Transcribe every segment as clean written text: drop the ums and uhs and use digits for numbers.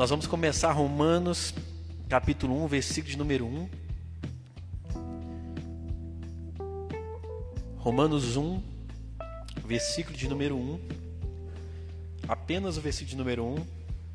Nós vamos começar Romanos, capítulo 1, versículo de número 1. Romanos 1, versículo de número 1. Apenas o versículo de número 1.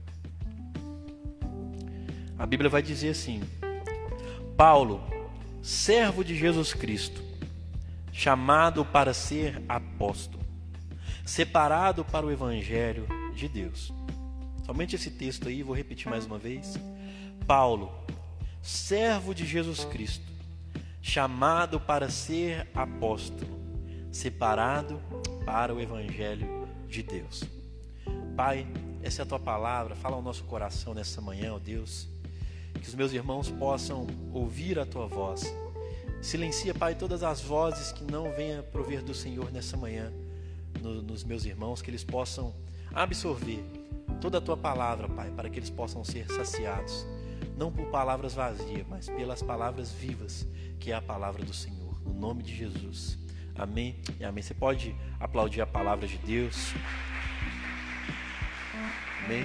A Bíblia vai dizer assim: Paulo, servo de Jesus Cristo, chamado para ser apóstolo, separado para o Evangelho de Deus. Somente esse texto aí, vou repetir mais uma vez. Paulo, servo de Jesus Cristo, chamado para ser apóstolo, separado para o Evangelho de Deus. Pai, essa é a Tua palavra, fala ao nosso coração nessa manhã, ó Deus, que os meus irmãos possam ouvir a Tua voz. Silencia, Pai, todas as vozes que não venham prover do Senhor nessa manhã, nos meus irmãos, que eles possam absorver toda a Tua palavra, Pai, para que eles possam ser saciados, não por palavras vazias, mas pelas palavras vivas, que é a palavra do Senhor, no nome de Jesus. Amém e amém. Você pode aplaudir a palavra de Deus. Amém.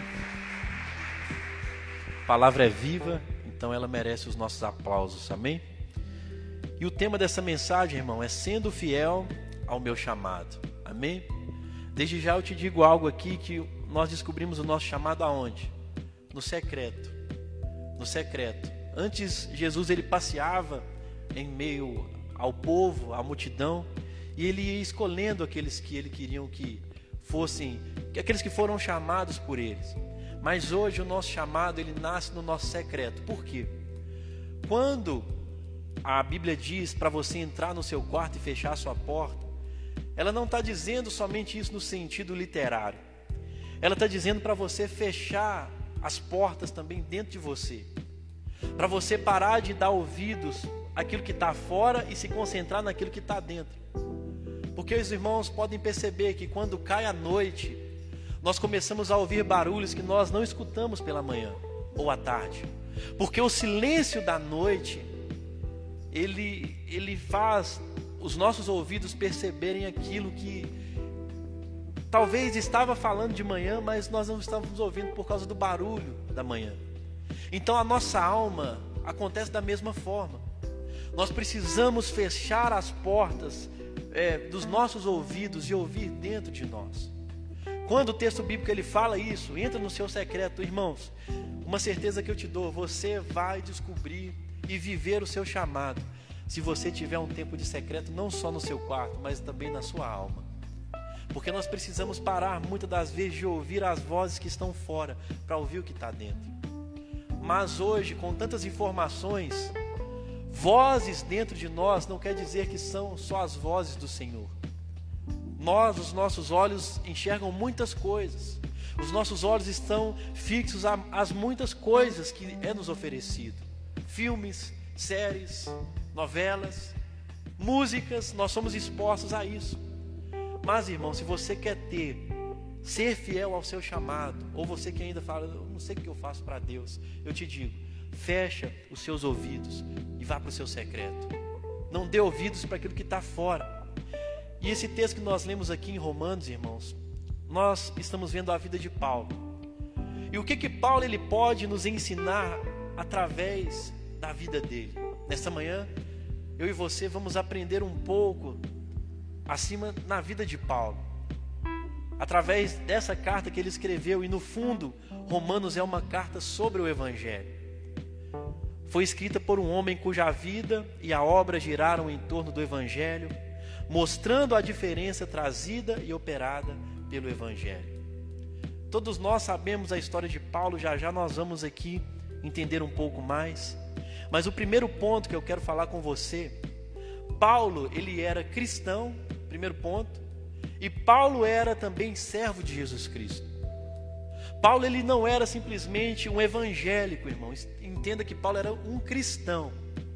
A palavra é viva, então ela merece os nossos aplausos. Amém. E o tema dessa mensagem, irmão, é sendo fiel ao meu chamado. Amém. Desde já eu te digo algo aqui, que nós descobrimos o nosso chamado aonde? No secreto. No secreto. Antes, Jesus ele passeava em meio ao povo, à multidão, e ele ia escolhendo aqueles que ele queria que fossem, aqueles que foram chamados por eles. Mas hoje o nosso chamado ele nasce no nosso secreto. Por quê? Quando a Bíblia diz para você entrar no seu quarto e fechar a sua porta, ela não está dizendo somente isso no sentido literário. Ela está dizendo para você fechar as portas também dentro de você, para você parar de dar ouvidos àquilo que está fora e se concentrar naquilo que está dentro. Porque os irmãos podem perceber que quando cai a noite, nós começamos a ouvir barulhos que nós não escutamos pela manhã ou à tarde, porque o silêncio da noite ele faz os nossos ouvidos perceberem aquilo que talvez estava falando de manhã, mas nós não estávamos ouvindo por causa do barulho da manhã. Então a nossa alma acontece da mesma forma. Nós precisamos fechar as portas dos nossos ouvidos e ouvir dentro de nós. Quando o texto bíblico ele fala isso, entra no seu secreto, irmãos, uma certeza que eu te dou, você vai descobrir e viver o seu chamado, se você tiver um tempo de secreto, não só no seu quarto, mas também na sua alma. Porque nós precisamos parar muitas das vezes de ouvir as vozes que estão fora, para ouvir o que está dentro. Mas hoje, com tantas informações, vozes dentro de nós não quer dizer que são só as vozes do Senhor. Os nossos olhos enxergam muitas coisas. Os nossos olhos estão fixos às muitas coisas que é nos oferecido. Filmes, séries, novelas, músicas, nós somos expostos a isso. Mas, irmão, se você quer ser fiel ao seu chamado, ou você que ainda fala, eu não sei o que eu faço para Deus, eu te digo, fecha os seus ouvidos e vá para o seu secreto. Não dê ouvidos para aquilo que está fora. E esse texto que nós lemos aqui em Romanos, irmãos, nós estamos vendo a vida de Paulo. E o que Paulo ele pode nos ensinar através da vida dele? Nessa manhã, eu e você vamos aprender um pouco acima na vida de Paulo, através dessa carta que ele escreveu. E no fundo, Romanos é uma carta sobre o Evangelho. Foi escrita por um homem cuja vida e a obra giraram em torno do Evangelho, mostrando a diferença trazida e operada pelo Evangelho. Todos nós sabemos a história de Paulo, já nós vamos aqui entender um pouco mais. Mas o primeiro ponto que eu quero falar com você, Paulo, ele era cristão, primeiro ponto, e Paulo era também servo de Jesus Cristo. Paulo, ele não era simplesmente um evangélico, irmão. Entenda que Paulo era um cristão.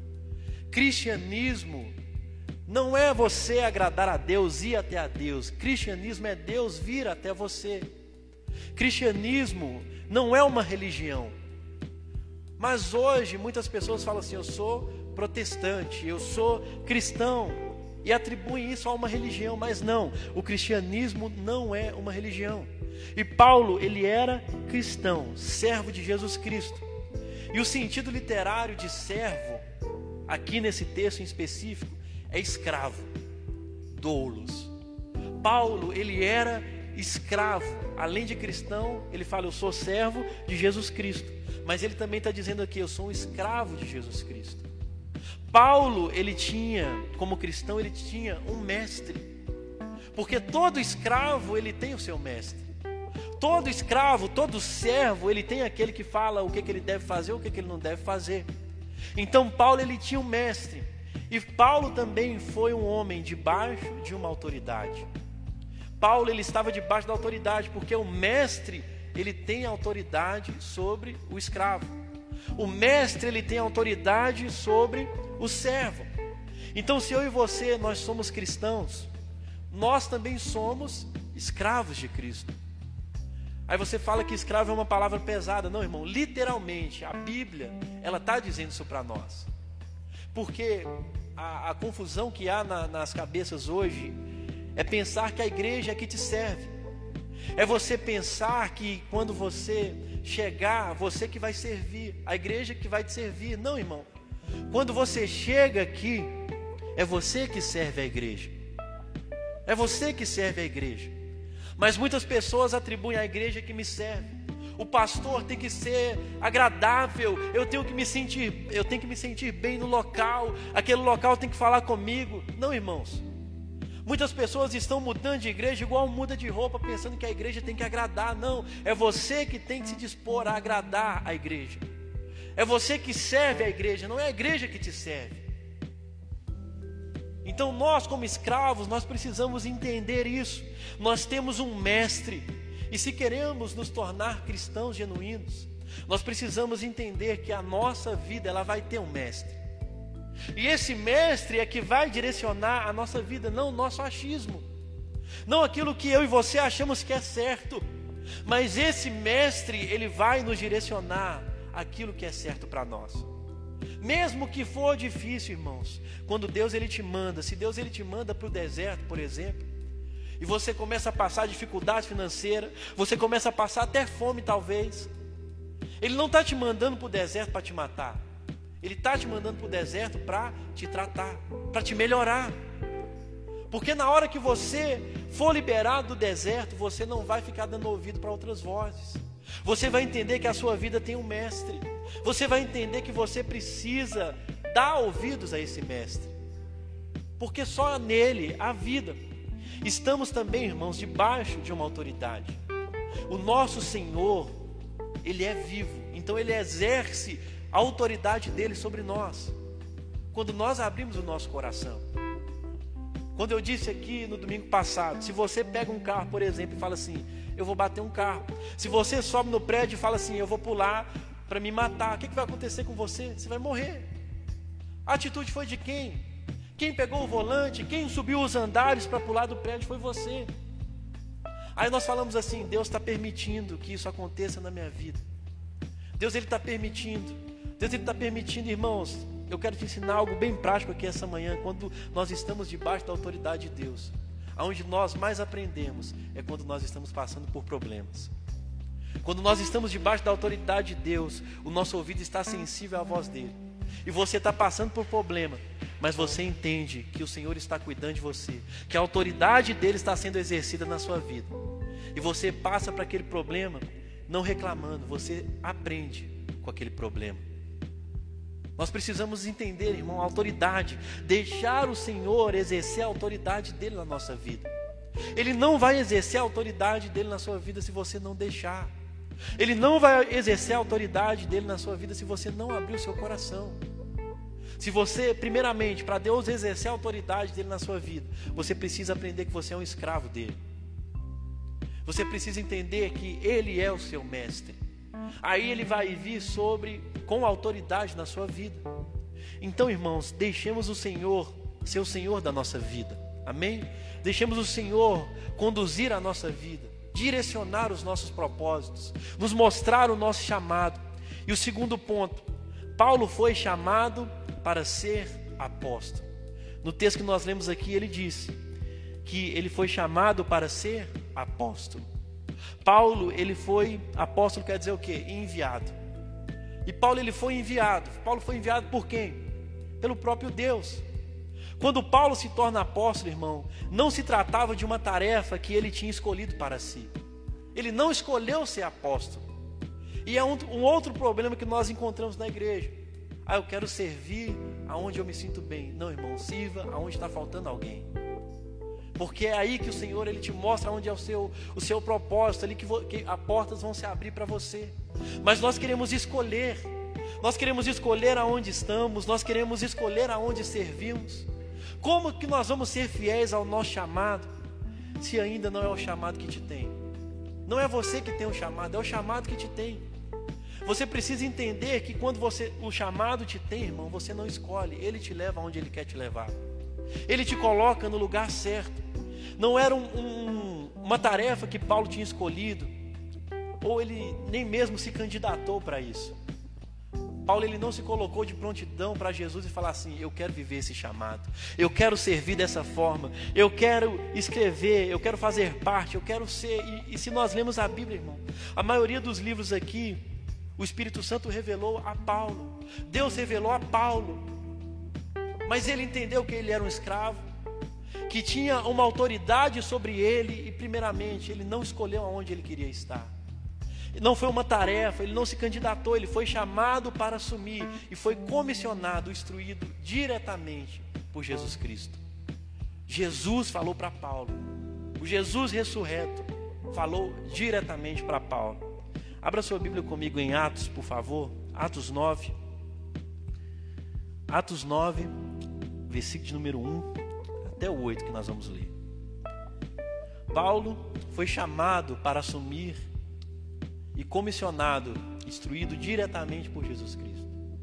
Cristianismo não é você agradar a Deus, ir até a Deus. Cristianismo é Deus vir até você. Cristianismo não é uma religião. Mas hoje muitas pessoas falam assim, eu sou protestante, eu sou cristão, e atribuem isso a uma religião. Mas não, o cristianismo não é uma religião. E Paulo, ele era cristão, servo de Jesus Cristo. E o sentido literário de servo, aqui nesse texto em específico, é escravo, doulos. Paulo, ele era escravo, além de cristão, ele fala, eu sou servo de Jesus Cristo. Mas ele também está dizendo aqui, eu sou um escravo de Jesus Cristo. Paulo, ele tinha, como cristão, ele tinha um mestre. Porque todo escravo, ele tem o seu mestre. Todo escravo, todo servo, ele tem aquele que fala o que ele deve fazer, o que ele não deve fazer. Então Paulo, ele tinha um mestre. E Paulo também foi um homem debaixo de uma autoridade. Paulo, ele estava debaixo da autoridade, porque o mestre, ele tem autoridade sobre o escravo. O mestre, ele tem autoridade sobre o servo. Então, se eu e você, nós somos cristãos, nós também somos escravos de Cristo. Aí você fala que escravo é uma palavra pesada. Não, irmão, literalmente, a Bíblia, ela está dizendo isso para nós. Porque a confusão que há nas cabeças hoje é pensar que a igreja é que te serve. É você pensar que quando você chegar, você que vai servir, a igreja que vai te servir. Não, irmão. Quando você chega aqui, é você que serve a igreja. É você que serve a igreja. Mas muitas pessoas atribuem à igreja que me serve. O pastor tem que ser agradável, eu tenho que me sentir bem no local, aquele local tem que falar comigo. Não, irmãos. Muitas pessoas estão mudando de igreja igual muda de roupa, pensando que a igreja tem que agradar. Não, é você que tem que se dispor a agradar a igreja. É você que serve a igreja, não é a igreja que te serve. Então nós, como escravos, nós precisamos entender isso. Nós temos um mestre. E se queremos nos tornar cristãos genuínos, nós precisamos entender que a nossa vida, ela vai ter um mestre. E esse mestre é que vai direcionar a nossa vida, não o nosso achismo. Não aquilo que eu e você achamos que é certo. Mas esse mestre, ele vai nos direcionar aquilo que é certo para nós. Mesmo que for difícil, irmãos, quando Deus ele te manda, se Deus ele te manda para o deserto, por exemplo, e você começa a passar dificuldade financeira, você começa a passar até fome talvez, Ele não está te mandando para o deserto para te matar, Ele está te mandando para o deserto para te tratar, para te melhorar. Porque na hora que você for liberado do deserto, você não vai ficar dando ouvido para outras vozes. Você vai entender que a sua vida tem um mestre. Você vai entender que você precisa dar ouvidos a esse mestre. Porque só nele há vida. Estamos também, irmãos, debaixo de uma autoridade. O nosso Senhor, Ele é vivo. Então Ele exerce a autoridade dele sobre nós. Quando nós abrimos o nosso coração. Quando eu disse aqui no domingo passado, se você pega um carro, por exemplo, e fala assim, eu vou bater um carro. Se você sobe no prédio e fala assim, eu vou pular para me matar, o que vai acontecer com você? Você vai morrer. A atitude foi de quem? Quem pegou o volante, quem subiu os andares para pular do prédio foi você. Aí nós falamos assim, Deus está permitindo que isso aconteça na minha vida. Deus Ele está permitindo. Deus Ele está permitindo, irmãos. Eu quero te ensinar algo bem prático aqui essa manhã, quando nós estamos debaixo da autoridade de Deus. Aonde nós mais aprendemos é quando nós estamos passando por problemas. Quando nós estamos debaixo da autoridade de Deus, o nosso ouvido está sensível à voz dele. E você está passando por problema, mas você entende que o Senhor está cuidando de você, que a autoridade dele está sendo exercida na sua vida. E você passa para aquele problema não reclamando, você aprende com aquele problema. Nós precisamos entender, irmão, a autoridade, deixar o Senhor exercer a autoridade dele na nossa vida. Ele não vai exercer a autoridade dele na sua vida se você não deixar. Ele não vai exercer a autoridade dele na sua vida se você não abrir o seu coração. Se você, primeiramente, para Deus exercer a autoridade dele na sua vida, você precisa aprender que você é um escravo dele. Você precisa entender que ele é o seu mestre. Aí ele vai vir com autoridade na sua vida. Então, irmãos, deixemos o Senhor ser o Senhor da nossa vida. Amém? Deixemos o Senhor conduzir a nossa vida, direcionar os nossos propósitos, nos mostrar o nosso chamado. E o segundo ponto, Paulo foi chamado para ser apóstolo. No texto que nós lemos aqui, ele disse que ele foi chamado para ser apóstolo. Paulo, ele foi, apóstolo quer dizer o quê? Enviado. E Paulo, ele foi enviado. Paulo foi enviado por quem? Pelo próprio Deus. Quando Paulo se torna apóstolo, irmão, não se tratava de uma tarefa que ele tinha escolhido para si. Ele não escolheu ser apóstolo. E é um outro problema que nós encontramos na igreja. Eu quero servir aonde eu me sinto bem. Não, irmão, sirva aonde está faltando alguém. Porque é aí que o Senhor, ele te mostra onde é o seu propósito, ali que as portas vão se abrir para você. Mas nós queremos escolher. Nós queremos escolher aonde estamos, nós queremos escolher aonde servimos. Como que nós vamos ser fiéis ao nosso chamado, se ainda não é o chamado que te tem? Não é você que tem o chamado, é o chamado que te tem. Você precisa entender que quando o chamado te tem, irmão, você não escolhe, ele te leva aonde ele quer te levar. Ele te coloca no lugar certo. Não era uma tarefa que Paulo tinha escolhido, ou ele nem mesmo se candidatou para isso. Paulo, ele não se colocou de prontidão para Jesus e falar assim: eu quero viver esse chamado, eu quero servir dessa forma, eu quero escrever, eu quero fazer parte, eu quero ser. E se nós lemos a Bíblia, irmão, a maioria dos livros aqui, o Espírito Santo revelou a Paulo. Deus revelou a Paulo. Mas ele entendeu que ele era um escravo, que tinha uma autoridade sobre ele, e primeiramente ele não escolheu aonde ele queria estar. Não foi uma tarefa, ele não se candidatou, ele foi chamado para assumir e foi comissionado, instruído diretamente por Jesus Cristo. Jesus falou para Paulo, o Jesus ressurreto falou diretamente para Paulo. Abra sua Bíblia comigo em Atos, por favor, Atos 9. Atos 9, versículo de número 1 até o 8 que nós vamos ler. Paulo foi chamado para assumir e comissionado, instruído diretamente por Jesus Cristo.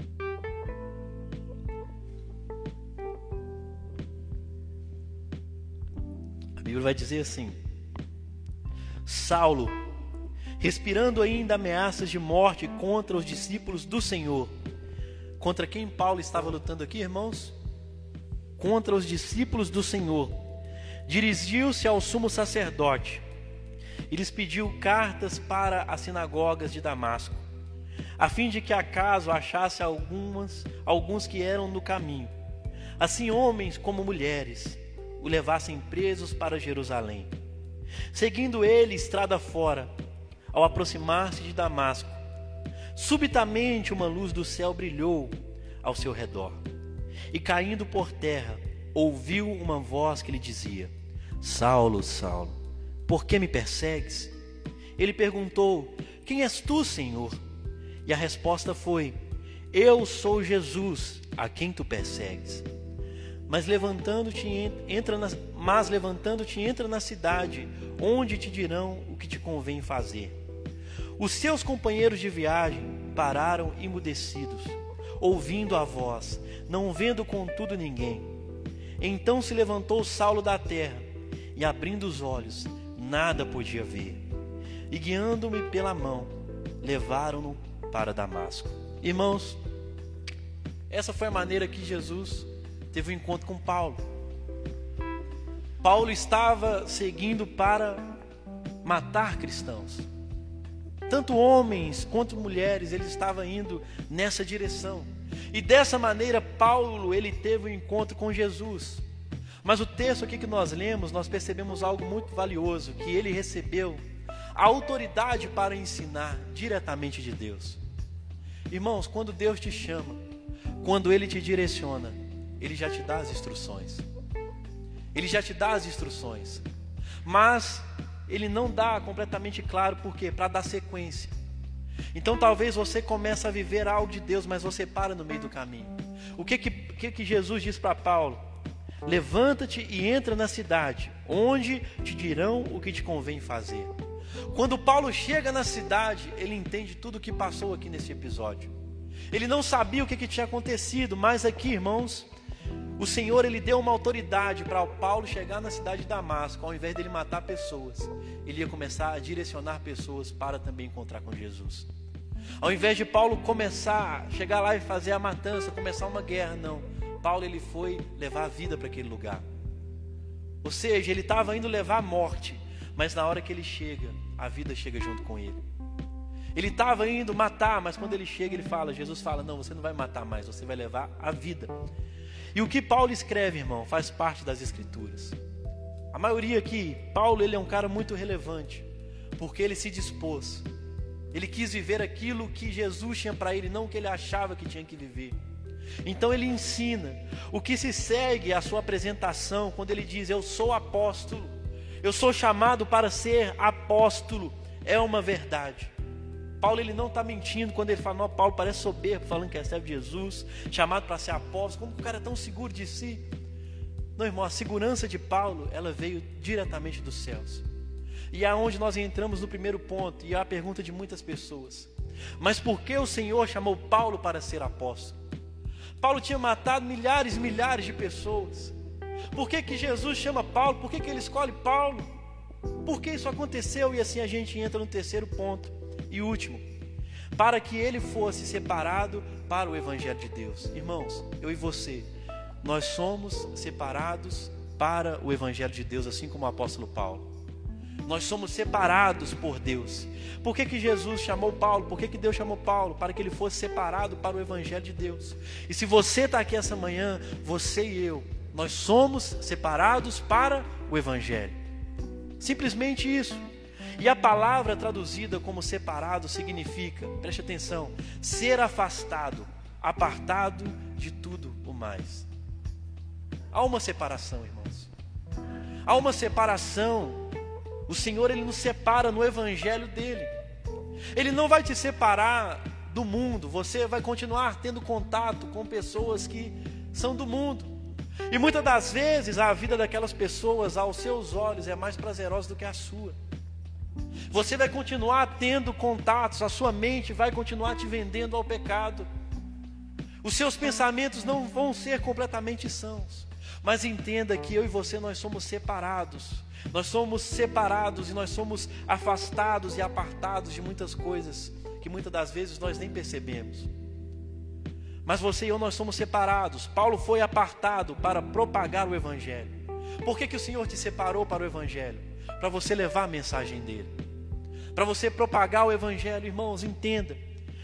A Bíblia vai dizer assim: Saulo, respirando ainda ameaças de morte contra os discípulos do Senhor. Contra quem Paulo estava lutando aqui, irmãos? Contra os discípulos do Senhor. Dirigiu-se ao sumo sacerdote e lhes pediu cartas para as sinagogas de Damasco, a fim de que acaso achasse alguns que eram no caminho, assim homens como mulheres, o levassem presos para Jerusalém. Seguindo ele estrada fora, ao aproximar-se de Damasco, subitamente uma luz do céu brilhou ao seu redor, e caindo por terra, ouviu uma voz que lhe dizia: Saulo, Saulo, por que me persegues? Ele perguntou: quem és tu, Senhor? E a resposta foi: eu sou Jesus, a quem tu persegues. Mas levantando-te, entra na cidade, onde te dirão o que te convém fazer. Os seus companheiros de viagem pararam emudecidos, ouvindo a voz, não vendo contudo ninguém. Então se levantou Saulo da terra, e abrindo os olhos, nada podia ver. E guiando-me pela mão, levaram-no para Damasco. Irmãos, essa foi a maneira que Jesus teve um encontro com Paulo. Paulo estava seguindo para matar cristãos. Tanto homens quanto mulheres, ele estava indo nessa direção. E dessa maneira, Paulo, ele teve um encontro com Jesus. Mas o texto aqui que nós lemos, nós percebemos algo muito valioso, que ele recebeu a autoridade para ensinar diretamente de Deus. Irmãos, quando Deus te chama, quando ele te direciona, ele já te dá as instruções. Ele já te dá as instruções. Mas ele não dá completamente claro por quê? Para dar sequência. Então talvez você comece a viver algo de Deus, mas você para no meio do caminho. O que Jesus diz para Paulo? Levanta-te e entra na cidade, onde te dirão o que te convém fazer. Quando Paulo chega na cidade, ele entende tudo o que passou aqui nesse episódio. Ele não sabia o que tinha acontecido, mas aqui, irmãos, o Senhor, ele deu uma autoridade para o Paulo chegar na cidade de Damasco. Ao invés dele matar pessoas, ele ia começar a direcionar pessoas para também encontrar com Jesus. Ao invés de Paulo começar, chegar lá e fazer a matança, começar uma guerra, não. Paulo, ele foi levar a vida para aquele lugar. Ou seja, ele estava indo levar a morte, mas na hora que ele chega, a vida chega junto com ele. Ele estava indo matar, mas quando ele chega, Jesus fala, não, você não vai matar mais, você vai levar a vida. E o que Paulo escreve, irmão, faz parte das Escrituras. A maioria aqui, Paulo, ele é um cara muito relevante, porque ele se dispôs. Ele quis viver aquilo que Jesus tinha para ele, não o que ele achava que tinha que viver. Então ele ensina o que se segue à sua apresentação, quando ele diz, eu sou apóstolo, eu sou chamado para ser apóstolo, é uma verdade. Paulo, ele não está mentindo quando ele fala, não, Paulo parece soberbo, falando que é servo de Jesus, chamado para ser apóstolo, como o cara é tão seguro de si? Não, irmão, a segurança de Paulo, ela veio diretamente dos céus. E é onde nós entramos no primeiro ponto, e é a pergunta de muitas pessoas. Mas por que o Senhor chamou Paulo para ser apóstolo? Paulo tinha matado milhares e milhares de pessoas. Por que Jesus chama Paulo? Por que ele escolhe Paulo? Por que isso aconteceu? E assim a gente entra no terceiro ponto e último. Para que ele fosse separado para o Evangelho de Deus. Irmãos, eu e você, nós somos separados para o Evangelho de Deus, assim como o apóstolo Paulo. Nós somos separados por Deus. Por que Jesus chamou Paulo? Por que Deus chamou Paulo? Para que ele fosse separado para o Evangelho de Deus. E se você está aqui essa manhã, você e eu, nós somos separados para o Evangelho. Simplesmente isso. E a palavra traduzida como separado significa, preste atenção, ser afastado, apartado de tudo o mais. Há uma separação, irmãos. Há uma separação. O Senhor, ele nos separa no Evangelho dele. Ele não vai te separar do mundo. Você vai continuar tendo contato com pessoas que são do mundo. E muitas das vezes a vida daquelas pessoas aos seus olhos é mais prazerosa do que a sua. Você vai continuar tendo contatos, a sua mente vai continuar te vendendo ao pecado. Os seus pensamentos não vão ser completamente sãos. Mas entenda que eu e você, nós somos separados. Nós somos separados e nós somos afastados e apartados de muitas coisas que muitas das vezes nós nem percebemos. Mas você e eu, nós somos separados. Paulo foi apartado para propagar o Evangelho. Por que o Senhor te separou para o Evangelho? Para você levar a mensagem dele. Para você propagar o Evangelho. Irmãos, entenda.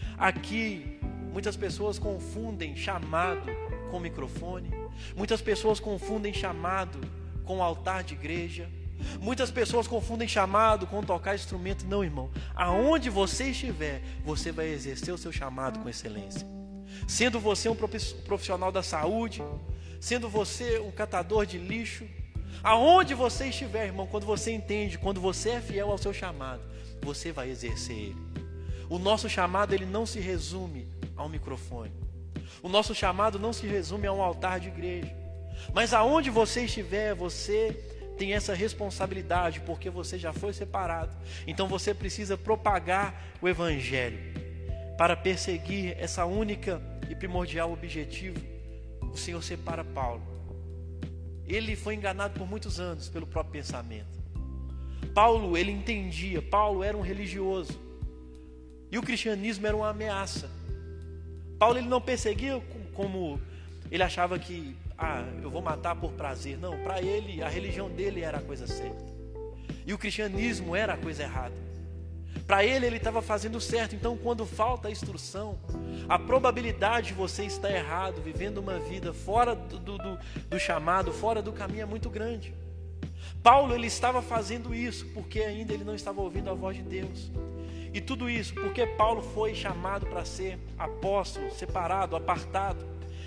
Aqui, muitas pessoas confundem chamado com microfone. Muitas pessoas confundem chamado com altar de igreja. Muitas pessoas confundem chamado com tocar instrumento. Não, irmão. Aonde você estiver, você vai exercer o seu chamado com excelência. Sendo você um profissional da saúde, sendo você um catador de lixo, aonde você estiver, irmão, quando você entende, quando você é fiel ao seu chamado, você vai exercer ele. O nosso chamado, ele não se resume a um microfone. O nosso chamado não se resume a um altar de igreja. Mas aonde você estiver, você tem essa responsabilidade, porque você já foi separado. Então você precisa propagar o Evangelho para perseguir essa única e primordial objetivo. O Senhor separa Paulo. Ele foi enganado por muitos anos pelo próprio pensamento. Paulo, ele entendia, Paulo era um religioso. E o cristianismo era uma ameaça. Paulo, ele não perseguia como ele achava que, eu vou matar por prazer. Não, para ele, a religião dele era a coisa certa. E o cristianismo era a coisa errada. Para ele estava fazendo certo. Então, quando falta a instrução, a probabilidade de você estar errado, vivendo uma vida fora do chamado, fora do caminho, é muito grande. Paulo, ele estava fazendo isso porque ainda ele não estava ouvindo a voz de Deus. E tudo isso porque Paulo foi chamado para ser apóstolo, separado, apartado.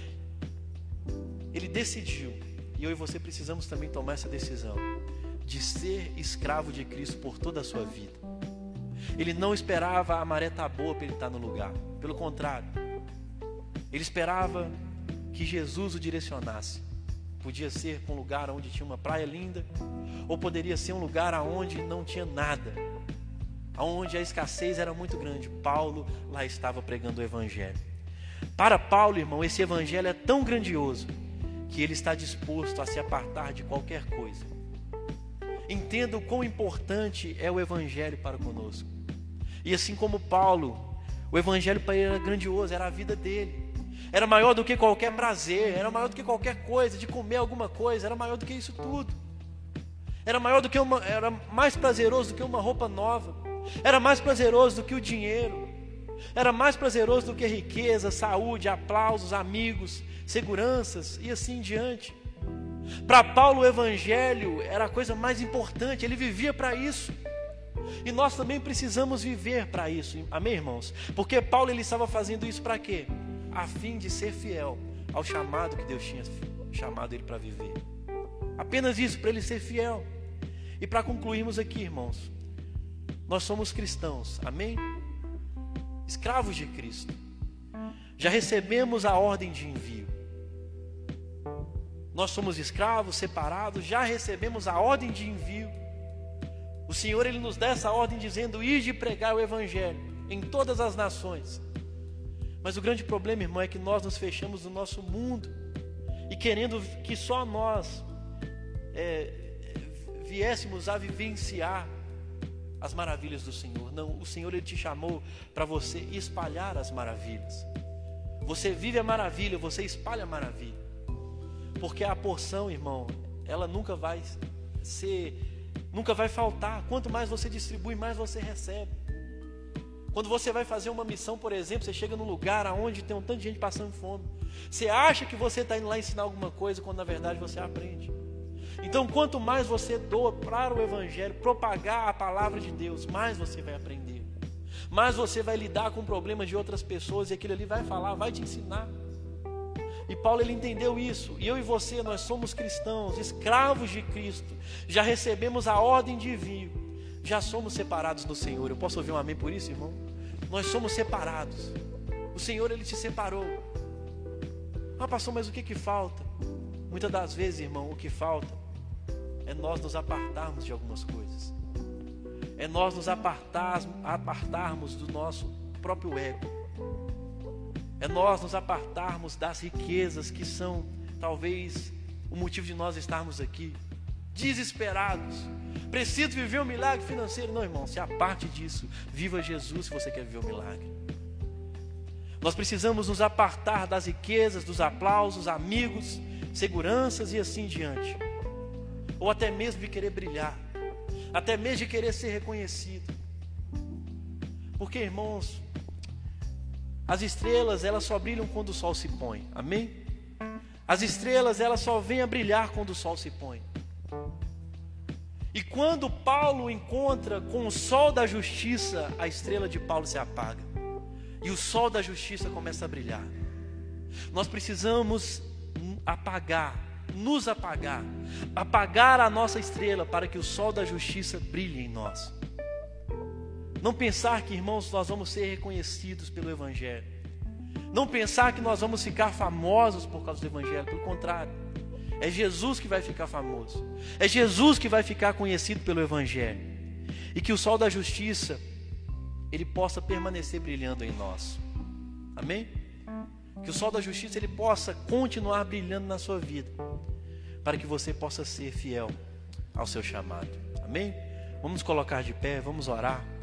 Ele decidiu, e eu e você precisamos também tomar essa decisão, de ser escravo de Cristo por toda a sua vida. Ele não esperava a maré estar boa para ele estar no lugar. Pelo contrário, ele esperava que Jesus o direcionasse. Podia ser um lugar onde tinha uma praia linda, ou poderia ser um lugar onde não tinha nada, onde a escassez era muito grande. Paulo lá estava pregando o Evangelho. Para Paulo, irmão, esse Evangelho é tão grandioso que ele está disposto a se apartar de qualquer coisa. Entenda o quão importante é o Evangelho para conosco. E assim como Paulo, o Evangelho para ele era grandioso, era a vida dele. Era maior do que qualquer prazer, era maior do que qualquer coisa, de comer alguma coisa, era maior do que isso tudo. Era mais prazeroso do que uma roupa nova. Era mais prazeroso do que o dinheiro. Era mais prazeroso do que riqueza, saúde, aplausos, amigos, seguranças e assim em diante. Para Paulo o evangelho era a coisa mais importante. Ele vivia para isso. E nós também precisamos viver para isso. Amém, irmãos? Porque Paulo ele estava fazendo isso para quê? A fim de ser fiel ao chamado que Deus tinha chamado ele para viver. Apenas isso, para ele ser fiel. E para concluirmos aqui, irmãos, nós somos cristãos, amém? Escravos de Cristo. Já recebemos a ordem de envio. Nós somos escravos, separados, já recebemos a ordem de envio. O Senhor ele nos dá essa ordem dizendo: ide pregar o evangelho em todas as nações. Mas o grande problema, irmão, é que nós nos fechamos no nosso mundo e querendo que só nós viéssemos a vivenciar as maravilhas do Senhor. Não, o Senhor ele te chamou para você espalhar as maravilhas. Você vive a maravilha, você espalha a maravilha. Porque a porção, irmão, ela nunca vai faltar. Quanto mais você distribui, mais você recebe. Quando você vai fazer uma missão, por exemplo, você chega num lugar onde tem um tanto de gente passando fome. Você acha que você está indo lá ensinar alguma coisa, quando na verdade você aprende. Então, quanto mais você doa para o evangelho, propagar a palavra de Deus, mais você vai aprender. Mais você vai lidar com problemas de outras pessoas, e aquilo ali vai falar, vai te ensinar. E Paulo ele entendeu isso. E eu e você, nós somos cristãos, escravos de Cristo. Já recebemos a ordem de envio. Já somos separados do Senhor. Eu posso ouvir um amém por isso, irmão? Nós somos separados. O Senhor ele te separou. Ah, pastor, mas o que falta? Muitas das vezes, irmão, o que falta é nós nos apartarmos de algumas coisas. É nós nos apartarmos do nosso próprio ego. É nós nos apartarmos das riquezas que são talvez o motivo de nós estarmos aqui desesperados. Preciso viver um milagre financeiro. Não, irmão, se aparte disso. Viva Jesus se você quer viver um milagre. Nós precisamos nos apartar das riquezas, dos aplausos, amigos, seguranças e assim em diante. Ou até mesmo de querer brilhar. Até mesmo de querer ser reconhecido. Porque, irmãos, as estrelas, elas só brilham quando o sol se põe. Amém? As estrelas, elas só vêm a brilhar quando o sol se põe. E quando Paulo encontra com o sol da justiça, a estrela de Paulo se apaga. E o sol da justiça começa a brilhar. Nós precisamos nos apagar a nossa estrela para que o sol da justiça brilhe em nós. Não pensar que, irmãos, nós vamos ser reconhecidos pelo evangelho. Não pensar que nós vamos ficar famosos por causa do evangelho. Pelo contrário, é Jesus que vai ficar famoso. É Jesus que vai ficar conhecido pelo evangelho. E que o sol da justiça ele possa permanecer brilhando em nós. Amém? Que o sol da justiça ele possa continuar brilhando na sua vida, para que você possa ser fiel ao seu chamado. Amém? Vamos nos colocar de pé, vamos orar.